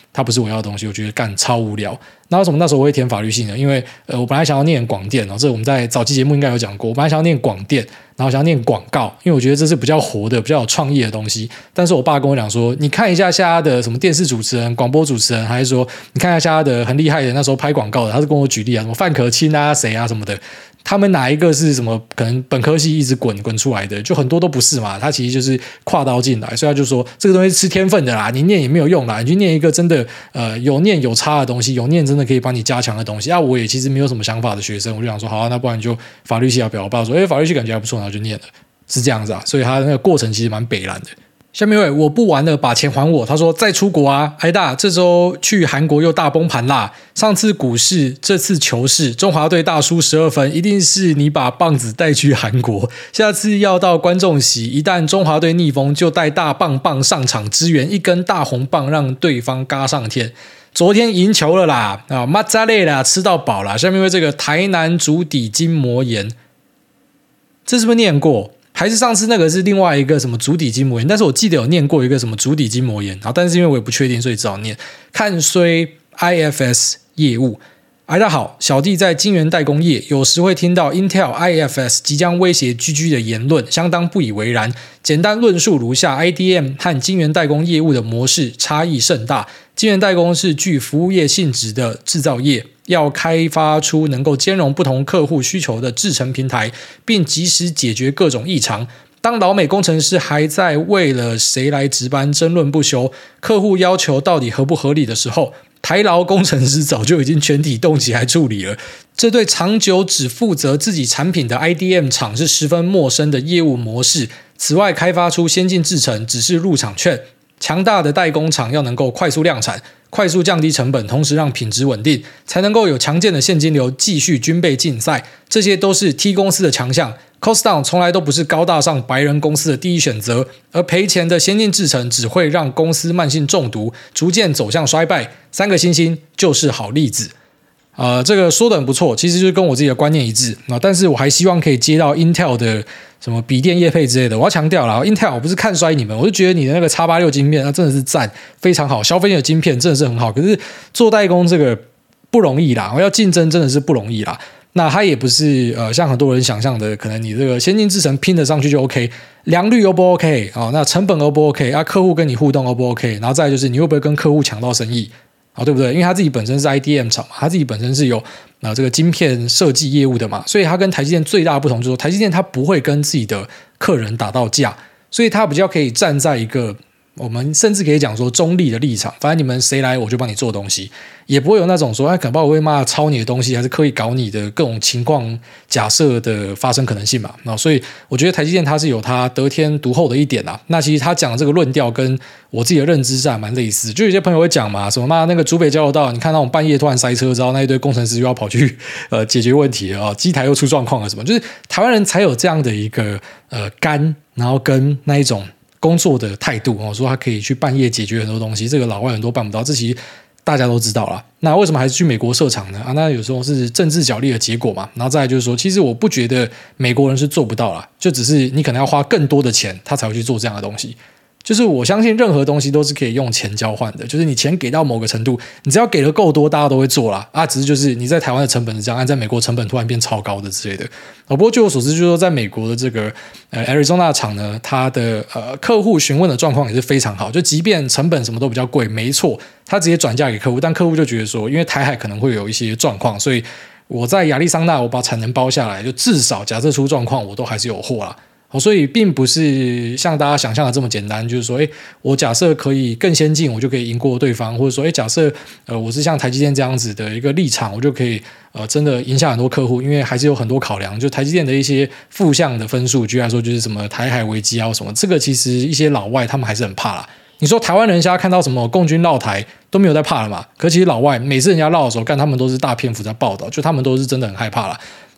它不是我要的东西，我觉得干超无聊。那为什么那时候我会填法律系呢？因为我本来想要念广电这我们在早期节目应该有讲过，我本来想要念广电，然后想要念广告，因为我觉得这是比较活的、比较有创意的东西。但是我爸跟我讲说，你看一下现在的什么电视主持人、广播主持人，还是说你看一下现在的很厉害的那时候拍广告的，他是跟我举例什么范可清啊、谁啊什么的。他们哪一个是什么可能本科系一直滚出来的，就很多都不是嘛，他其实就是跨刀进来，所以他就说这个东西是吃天分的啦，你念也没有用啦，你去念一个真的有念有差的东西，有念真的可以帮你加强的东西。我也其实没有什么想法的学生，我就想说好那不然就法律系要不要？我爸说法律系感觉还不错，然后就念了，是这样子所以他那个过程其实蛮北蓝的。下面一位我不玩了，把钱还我。他说再出国啊，挨大这周去韩国又大崩盘啦。上次股市，这次球市，中华队大输12分，一定是你把棒子带去韩国。下次要到观众席，一旦中华队逆风，就带大棒棒上场支援，一根大红棒让对方嘎上天。昨天赢球了啦，马扎累啦，吃到饱啦。下面一位这个台南足底筋膜炎，这是不是念过？还是上次那个是另外一个什么足底筋膜炎，但是我记得有念过一个什么足底筋膜炎，但是因为我也不确定，所以只好念。看衰 IFS 业务，大家好，小弟在晶圆代工业，有时会听到 Intel IFS 即将威胁 GG 的言论，相当不以为然。简单论述如下 ：IDM 和晶圆代工业务的模式差异甚大。晶圆代工是具服务业性质的制造业。要开发出能够兼容不同客户需求的制程平台，并及时解决各种异常。当老美工程师还在为了谁来值班争论不休，客户要求到底合不合理的时候，台劳工程师早就已经全体动起来处理了。这对长久只负责自己产品的 IDM 厂是十分陌生的业务模式。此外，开发出先进制程只是入场券，强大的代工厂要能够快速量产，快速降低成本，同时让品质稳定，才能够有强健的现金流继续军备竞赛。这些都是 T 公司的强项。Cost down 从来都不是高大上白人公司的第一选择，而赔钱的先进制程只会让公司慢性中毒，逐渐走向衰败。3个星星就是好例子。这个说的很不错，其实就是跟我自己的观念一致。但是我还希望可以接到 Intel 的什么笔电业配之类的。我要强调啦 Intel 我不是看衰你们，我就觉得你的那个 X86 晶片真的是赞，非常好，消费的晶片真的是很好。可是做代工这个不容易啦，我要竞争真的是不容易啦。那它也不是像很多人想象的，可能你这个先进制程拼得上去就 OK， 良率又不 OK，那成本又不 OK，客户跟你互动又不 OK， 然后再来就是你会不会跟客户抢到生意，对不对？因为他自己本身是 IDM 厂嘛，他自己本身是有这个晶片设计业务的嘛，所以他跟台积电最大的不同就是说，台积电他不会跟自己的客人打到架，所以他比较可以站在一个我们甚至可以讲说中立的立场，反正你们谁来我就帮你做东西，也不会有那种说可能我会骂抄你的东西，还是刻意搞你的各种情况假设的发生可能性嘛。所以我觉得台积电它是有它得天独厚的一点啦。那其实他讲的这个论调跟我自己的认知是还蛮类似，就有些朋友会讲嘛，什么那个竹北交流道，你看那种半夜突然塞车之后，那一堆工程师又要跑去解决问题了机台又出状况了什么，就是台湾人才有这样的一个干，然后跟那一种工作的态度说他可以去半夜解决很多东西，这个老外很多办不到，这其实大家都知道啦。那为什么还是去美国设厂呢？那有时候是政治角力的结果嘛。然后再来就是说，其实我不觉得美国人是做不到啦，就只是你可能要花更多的钱，他才会去做这样的东西。就是我相信任何东西都是可以用钱交换的，就是你钱给到某个程度，你只要给的够多，大家都会做啦。只是就是你在台湾的成本是这样，在美国成本突然变超高的之类的。不过据我所知，就是说在美国的这个Arizona 厂呢，它的客户询问的状况也是非常好，就即便成本什么都比较贵，没错，他直接转嫁给客户，但客户就觉得说，因为台海可能会有一些状况，所以我在亚利桑那我把产能包下来，就至少假设出状况，我都还是有货啦。所以并不是像大家想象的这么简单，就是说我假设可以更先进，我就可以赢过对方，或者说假设我是像台积电这样子的一个立场，我就可以真的赢下很多客户，因为还是有很多考量，就台积电的一些负向的分数，举例来说就是什么台海危机啊什么，这个其实一些老外他们还是很怕啦。你说台湾人现在看到什么共军绕台都没有在怕了嘛？可其实老外每次人家绕的时候，他们都是大篇幅在报道，就他们都是真的很害怕啦。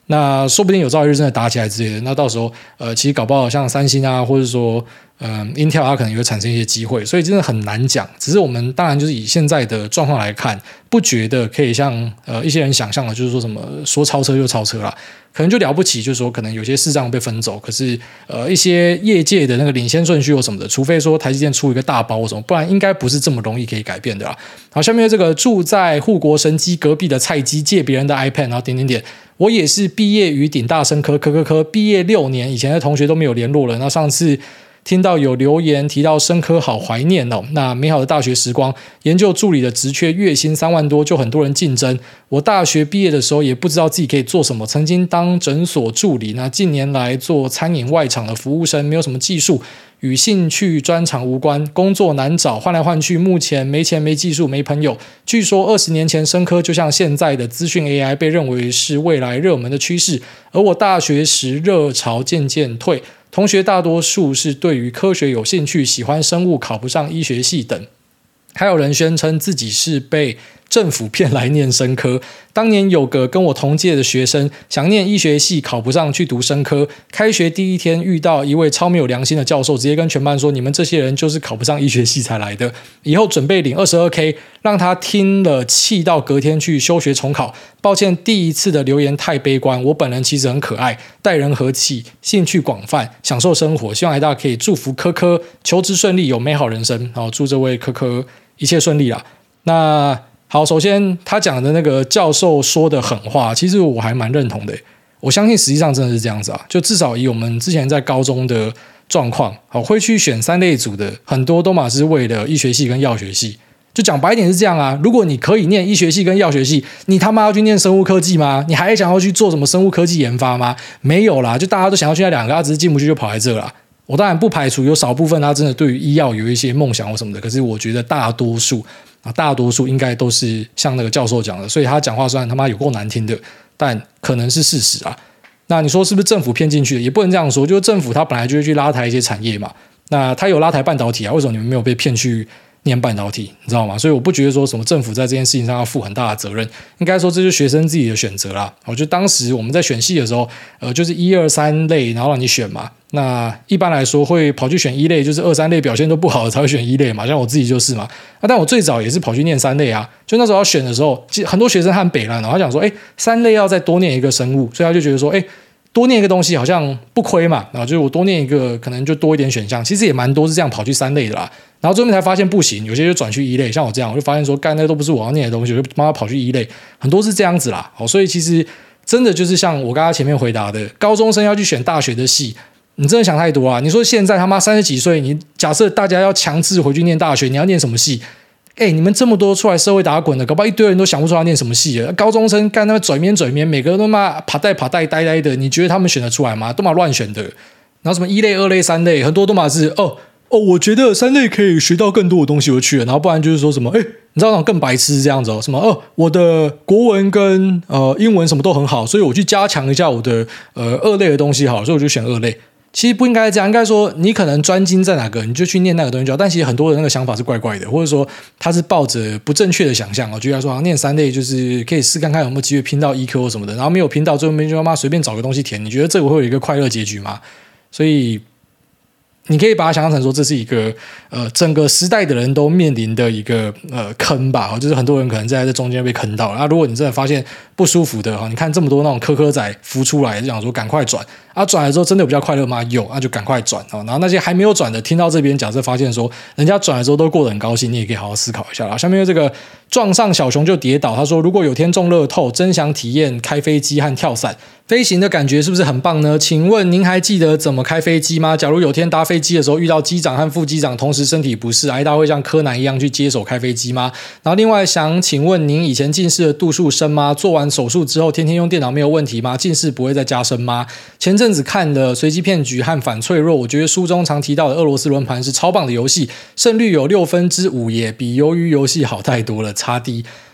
那说不定有朝一日真的打起来之类的，那到时候其实搞不好像三星啊，或者说Intel 它可能也会产生一些机会，所以真的很难讲。只是我们当然就是以现在的状况来看，不觉得可以像一些人想象的，就是说什么说超车就超车啦，可能就了不起，就是说可能有些市场被分走，可是一些业界的那个领先顺序或什么的，除非说台积电出一个大包或什么，不然应该不是这么容易可以改变的啦。好，下面这个住在护国神机隔壁的菜鸡借别人的 iPad， 然后点点点。我也是毕业于鼎大生科，毕业6年，以前的同学都没有联络了。那上次听到有留言提到生科，好怀念哦。那美好的大学时光，研究助理的职缺月薪3万多，就很多人竞争。我大学毕业的时候也不知道自己可以做什么，曾经当诊所助理，那近年来做餐饮外场的服务生，没有什么技术，与兴趣专长无关，工作难找，换来换去，目前没钱没技术没朋友。据说20年前生科就像现在的资讯 AI 被认为是未来热门的趋势，而我大学时热潮渐渐退，同学大多数是对于科学有兴趣，喜欢生物，考不上医学系等。还有人宣称自己是被政府骗来念生科。当年有个跟我同届的学生想念医学系，考不上去读生科，开学第一天遇到一位超没有良心的教授，直接跟全班说，你们这些人就是考不上医学系才来的，以后准备领 22K， 让他听了气到隔天去休学重考。抱歉，第一次的留言太悲观，我本人其实很可爱，待人和气，兴趣广泛，享受生活，希望大家可以祝福科科求职顺利，有美好人生。好，祝这位科科一切顺利啦。那好，首先他讲的那个教授说的狠话，其实我还蛮认同的。我相信实际上真的是这样子啊，就至少以我们之前在高中的状况，好，会去选3类组的，很多都嘛是为了医学系跟药学系。就讲白一点是这样啊，如果你可以念医学系跟药学系，你他妈要去念生物科技吗？你还想要去做什么生物科技研发吗？没有啦，就大家都想要去那2个，他只是进不去就跑来这啦。我当然不排除有少部分他真的对于医药有一些梦想或什么的，可是我觉得大多数应该都是像那个教授讲的，所以他讲话虽然他妈有够难听的，但可能是事实啊。那你说是不是政府骗进去的？也不能这样说，就是政府他本来就会去拉抬一些产业嘛。那他有拉抬半导体啊，为什么你们没有被骗去念半导体？你知道吗？所以我不觉得说什么政府在这件事情上要负很大的责任，应该说这就是学生自己的选择啦。我觉得当时我们在选系的时候，就是1、2、3类，然后让你选嘛。那一般来说会跑去选1类，就是2、3类表现都不好的才会选1类嘛，像我自己就是嘛。但我最早也是跑去念3类啊，就那时候要选的时候，其实很多学生很北烂，然后他讲说，3类要再多念一个生物，所以他就觉得说，多念一个东西好像不亏嘛，然后就是我多念一个可能就多一点选项，其实也蛮多是这样跑去3类的啦。然后最后面才发现不行，有些就转去1类，像我这样，我就发现说，干那都不是我要念的东西，我就妈妈跑去1类，很多是这样子啦。所以其实真的就是像我刚刚前面回答的，高中生要去选大学的系，你真的想太多啊！你说现在他妈30几岁，你假设大家要强制回去念大学，你要念什么系？你们这么多出来社会打滚的，搞不好一堆人都想不出来念什么系了。高中生干那么嘴面，每个人都妈爬带呆呆的，你觉得他们选得出来吗？都嘛乱选的。然后什么1类、2类、3类，很多都嘛是我觉得3类可以学到更多的东西，我去了。然后不然就是说什么你知道那种更白痴这样子什么我的国文跟英文什么都很好，所以我去加强一下我的2类的东西好，所以我就选2类。其实不应该这样，应该说你可能专精在哪个，你就去念那个东西就好。但其实很多人那个想法是怪怪的，或者说他是抱着不正确的想象就来说念3类就是可以试看看有没有机会拼到 EQ 或什么的，然后没有拼到，最后面就他妈随便找个东西填。你觉得这个会有一个快乐结局吗？所以你可以把它想象成说，这是一个整个时代的人都面临的一个坑吧，就是很多人可能在这中间被坑到了。那如果你真的发现不舒服的你看这么多那种科仔浮出来，就想说赶快转转了之后真的有比较快乐吗？有，那就赶快转然后那些还没有转的，听到这边假设发现说人家转了之后都过得很高兴，你也可以好好思考一下啦。下面这个撞上小熊就跌倒，他说如果有天中乐透，真想体验开飞机和跳伞。飞行的感觉是不是很棒呢？请问您还记得怎么开飞机吗？假如有天搭飞机的时候遇到机长和副机长同时身体不适，挨大会像柯南一样去接手开飞机吗？然后另外想请问您以前近视的度数深吗？做完手术之后天天用电脑没有问题吗？近视不会再加深吗？前阵子看的随机骗局和反脆弱，我觉得书中常提到的俄罗斯轮盘是超棒的游戏，胜率有5%耶，比鱿鱼游戏好太多了，差低。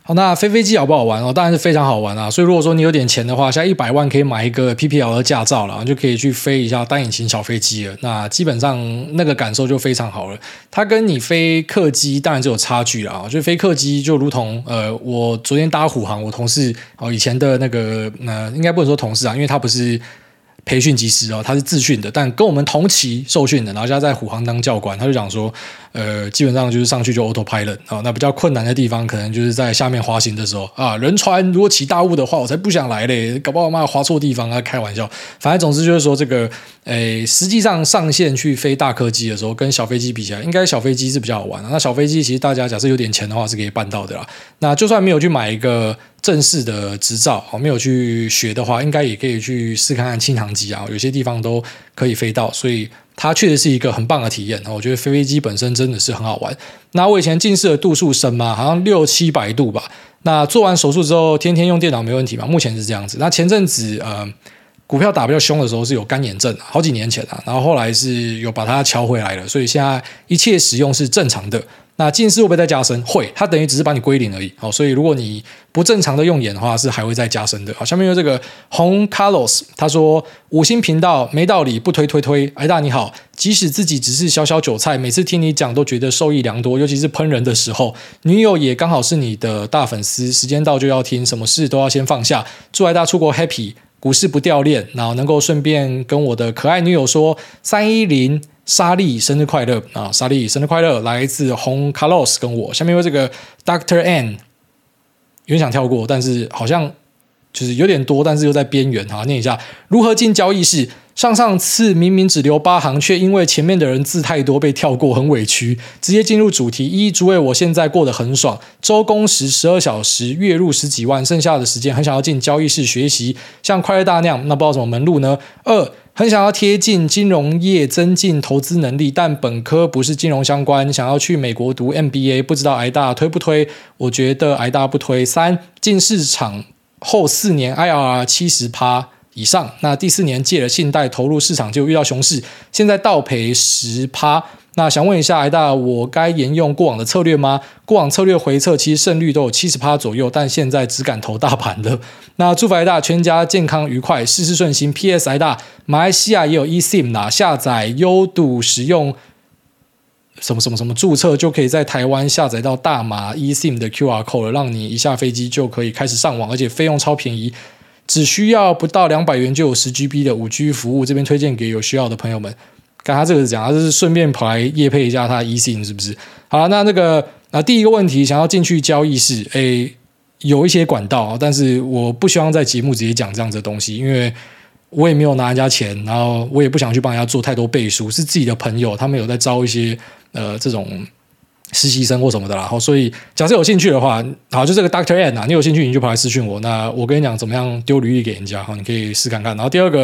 好，那飞机好不好玩哦？当然是非常好玩啊！所以如果说你有点钱的话，现在100万可以买一个 PPL 的驾照了，就可以去飞一下单引擎小飞机了。那基本上那个感受就非常好了。它跟你飞客机当然是有差距啦，就飞客机就如同我昨天搭虎航，我同事以前的那个应该不能说同事啊，因为他不是培训机师哦，他是自训的，但跟我们同期受训的，然后现在在虎航当教官，他就讲说，基本上就是上去就 autopilot 啊，那比较困难的地方可能就是在下面滑行的时候啊，人船如果起大雾的话，我才不想来嘞，搞不好妈滑错地方啊，开玩笑，反正总之就是说这个，实际上上线去飞大客机的时候，跟小飞机比起来，应该小飞机是比较好玩的。那小飞机其实大家假设有点钱的话是可以办到的啦。那就算没有去买一个正式的执照，没有去学的话，应该也可以去试看看轻航机啊，有些地方都可以飞到，所以它确实是一个很棒的体验。我觉得飞机本身真的是很好玩。那我以前近视的度数深嘛，好像600-700度吧。那做完手术之后，天天用电脑没问题嘛，目前是这样子。那前阵子股票打比较凶的时候是有干眼症，好几年前啊，然后后来是有把它敲回来了，所以现在一切使用是正常的。那近视会不会再加深？会，它等于只是把你归零而已。所以如果你不正常的用眼的话，是还会再加深的。下面有这个红 Carlos， 他说5星频道没道理不推。挨大你好，即使自己只是小小韭菜，每次听你讲都觉得受益良多，尤其是喷人的时候，女友也刚好是你的大粉丝，时间到就要听，什么事都要先放下。祝挨大出国 happy， 股市不掉链，然后能够顺便跟我的可爱女友说310。莎莉生日快乐啊！莎莉生日快乐，来自红 Carlos 跟我。下面有这个 Dr. N， 有点想跳过，但是好像就是有点多，但是又在边缘哈。念一下，如何进交易室？上次明明只留8行，却因为前面的人字太多被跳过，很委屈。直接进入主题：一，诸位，我现在过得很爽，周工时12小时，月入10几万，剩下的时间很想要进交易室学习，像快乐大那样，那不知道什么门路呢？二，很想要贴近金融业，增进投资能力，但本科不是金融相关，想要去美国读 MBA， 不知道挨大推不推？我觉得挨大不推。三，进市场后4年 IRR 70%以上，那第4年借了信贷投入市场就遇到熊市，现在倒赔10%。那想问一下挨大，我该沿用过往的策略吗？过往策略回测其实胜率都有70%左右，但现在只敢投大盘了。那祝福挨大全家健康愉快，事事顺心。PS 挨大，马来西亚也有 eSIM 啦，下载优度使用什么注册就可以在台湾下载到大马 eSIM 的 QR code 了，让你一下飞机就可以开始上网，而且费用超便宜，只需要不到200元就有10GB 的 5G 服务，这边推荐给有需要的朋友们。刚他这个是讲，他就是顺便跑来业配一下他的 eSIM 是不是？好，那个第一个问题，想要进去交易室，有一些管道，但是我不希望在节目直接讲这样子的东西，因为我也没有拿人家钱，然后我也不想去帮人家做太多背书，是自己的朋友，他们有在招一些这种实习生或什么的啦，所以假设有兴趣的话，好，就这个 Dr. N 你有兴趣你就跑来私讯我，那我跟你讲怎么样丢履历给人家，你可以试看看。然后第二个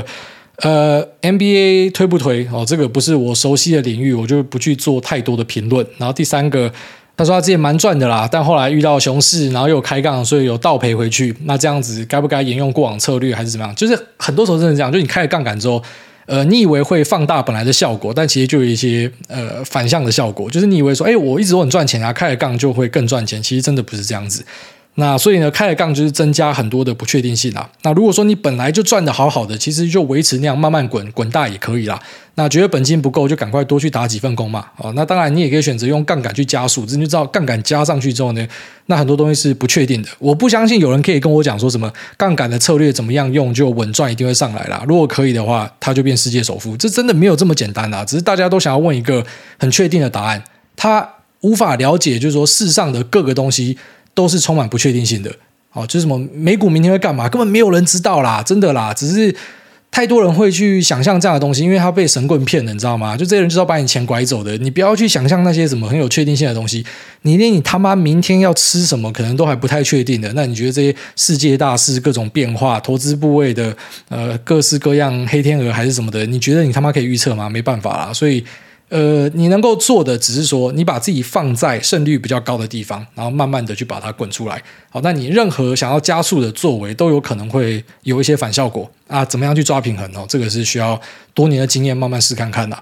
NBA 推不推？这个不是我熟悉的领域，我就不去做太多的评论。然后第三个，他说他之前蛮赚的啦，但后来遇到熊市，然后又开杠，所以有倒赔回去。那这样子该不该沿用过往策略，还是怎么样？就是很多时候真的这样，就你开了杠杆之后，你以为会放大本来的效果，但其实就有一些反向的效果，就是你以为说，我一直都很赚钱啊，开了杠就会更赚钱，其实真的不是这样子。那所以呢，开了杠就是增加很多的不确定性啦。那如果说你本来就赚得好好的，其实就维持那样慢慢滚大也可以啦。那觉得本金不够，就赶快多去打几份工嘛。那当然你也可以选择用杠杆去加速，你就知道杠杆加上去之后呢，那很多东西是不确定的。我不相信有人可以跟我讲说什么杠杆的策略怎么样用就稳赚一定会上来啦。如果可以的话，他就变世界首富，这真的没有这么简单啦。只是大家都想要问一个很确定的答案，他无法了解，就是说世上的各个东西都是充满不确定性的，就是什么美股明天会干嘛，根本没有人知道啦，真的啦，只是太多人会去想象这样的东西，因为他被神棍骗了，你知道吗？就这些人就是要把你钱拐走的，你不要去想象那些什么很有确定性的东西，你连你他妈明天要吃什么可能都还不太确定的，那你觉得这些世界大事、各种变化、投资部位的各式各样黑天鹅还是什么的，你觉得你他妈可以预测吗？没办法啦，所以你能够做的只是说，你把自己放在胜率比较高的地方，然后慢慢的去把它滚出来。好，那你任何想要加速的作为，都有可能会有一些反效果啊。怎么样去抓平衡？这个是需要多年的经验慢慢试看看的。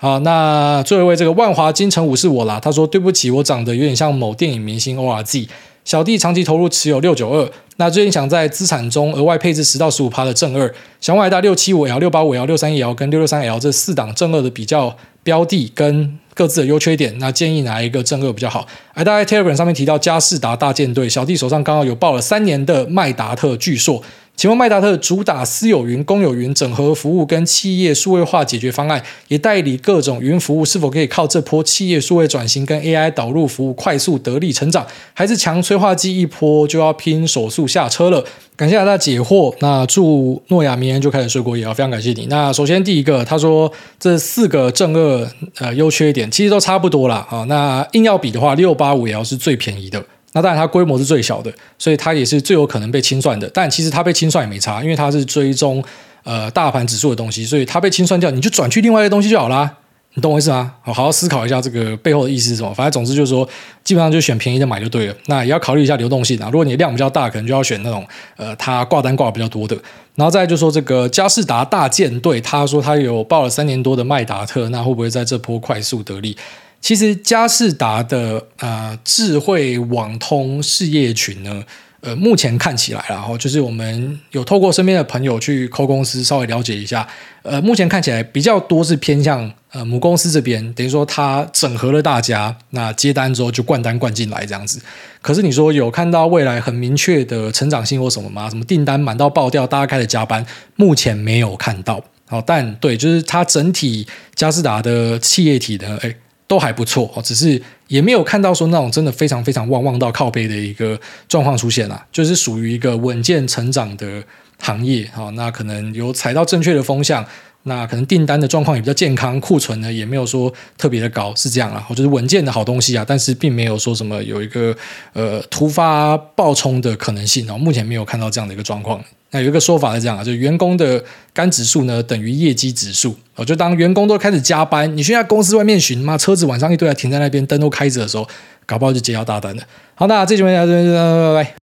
好，那最后一位这个万华金城武是我啦，他说对不起，我长得有点像某电影明星 ORZ， 小弟长期投入持有692，那最近想在资产中额外配置10到15%的正二，想问大675L、685L、631L 跟663L 这4档正二的比较标的跟各自的优缺点，那建议哪一个正二比较好？大家在 Telegram 上面提到佳士达大舰队，小弟手上刚好有报了3年的麦达特巨硕。请问麦达特主打私有云、公有云整合服务跟企业数位化解决方案，也代理各种云服务，是否可以靠这波企业数位转型跟 AI 导入服务快速得力成长，还是强催化剂一波就要拼手速下车了？感谢大家解惑，那祝诺亚明天就开始睡过夜啊！非常感谢你。那首先第一个，他说这4个正二优缺点其实都差不多啦啊。那硬要比的话，685L是最便宜的。那当然它规模是最小的，所以它也是最有可能被清算的，但其实它被清算也没差，因为它是追踪大盘指数的东西，所以它被清算掉你就转去另外一个东西就好啦，你懂我意思吗？好好思考一下这个背后的意思是什么。反正总之就是说基本上就选便宜的买就对了，那也要考虑一下流动性啊，如果你的量比较大，可能就要选那种它挂单挂比较多的。然后再来就说这个佳士达大舰队，他说他有报了3年多的麦达特，那会不会在这波快速得利？其实佳士达的智慧网通事业群呢，目前看起来啦，就是我们有透过身边的朋友去扣公司稍微了解一下，目前看起来比较多是偏向母公司这边，等于说它整合了大家，那接单之后就灌单灌进来这样子。可是你说有看到未来很明确的成长性或什么吗？什么订单满到爆掉，大家开始加班，目前没有看到。好，但对，就是它整体佳士达的企业体呢，都还不错，只是也没有看到说那种真的非常非常旺到靠背的一个状况出现啦，就是属于一个稳健成长的行业。那可能有踩到正确的风向，那可能订单的状况也比较健康，库存呢也没有说特别的高，是这样啦，就是稳健的好东西啊，但是并没有说什么有一个突发爆冲的可能性，目前没有看到这样的一个状况。那有一个说法是这样啊，就是员工的肝指数呢等于业绩指数，就当员工都开始加班，你去在公司外面巡，车子晚上一堆还停在那边，灯都开着的时候，搞不好就接到大单了。好，那这集就到这边，拜拜。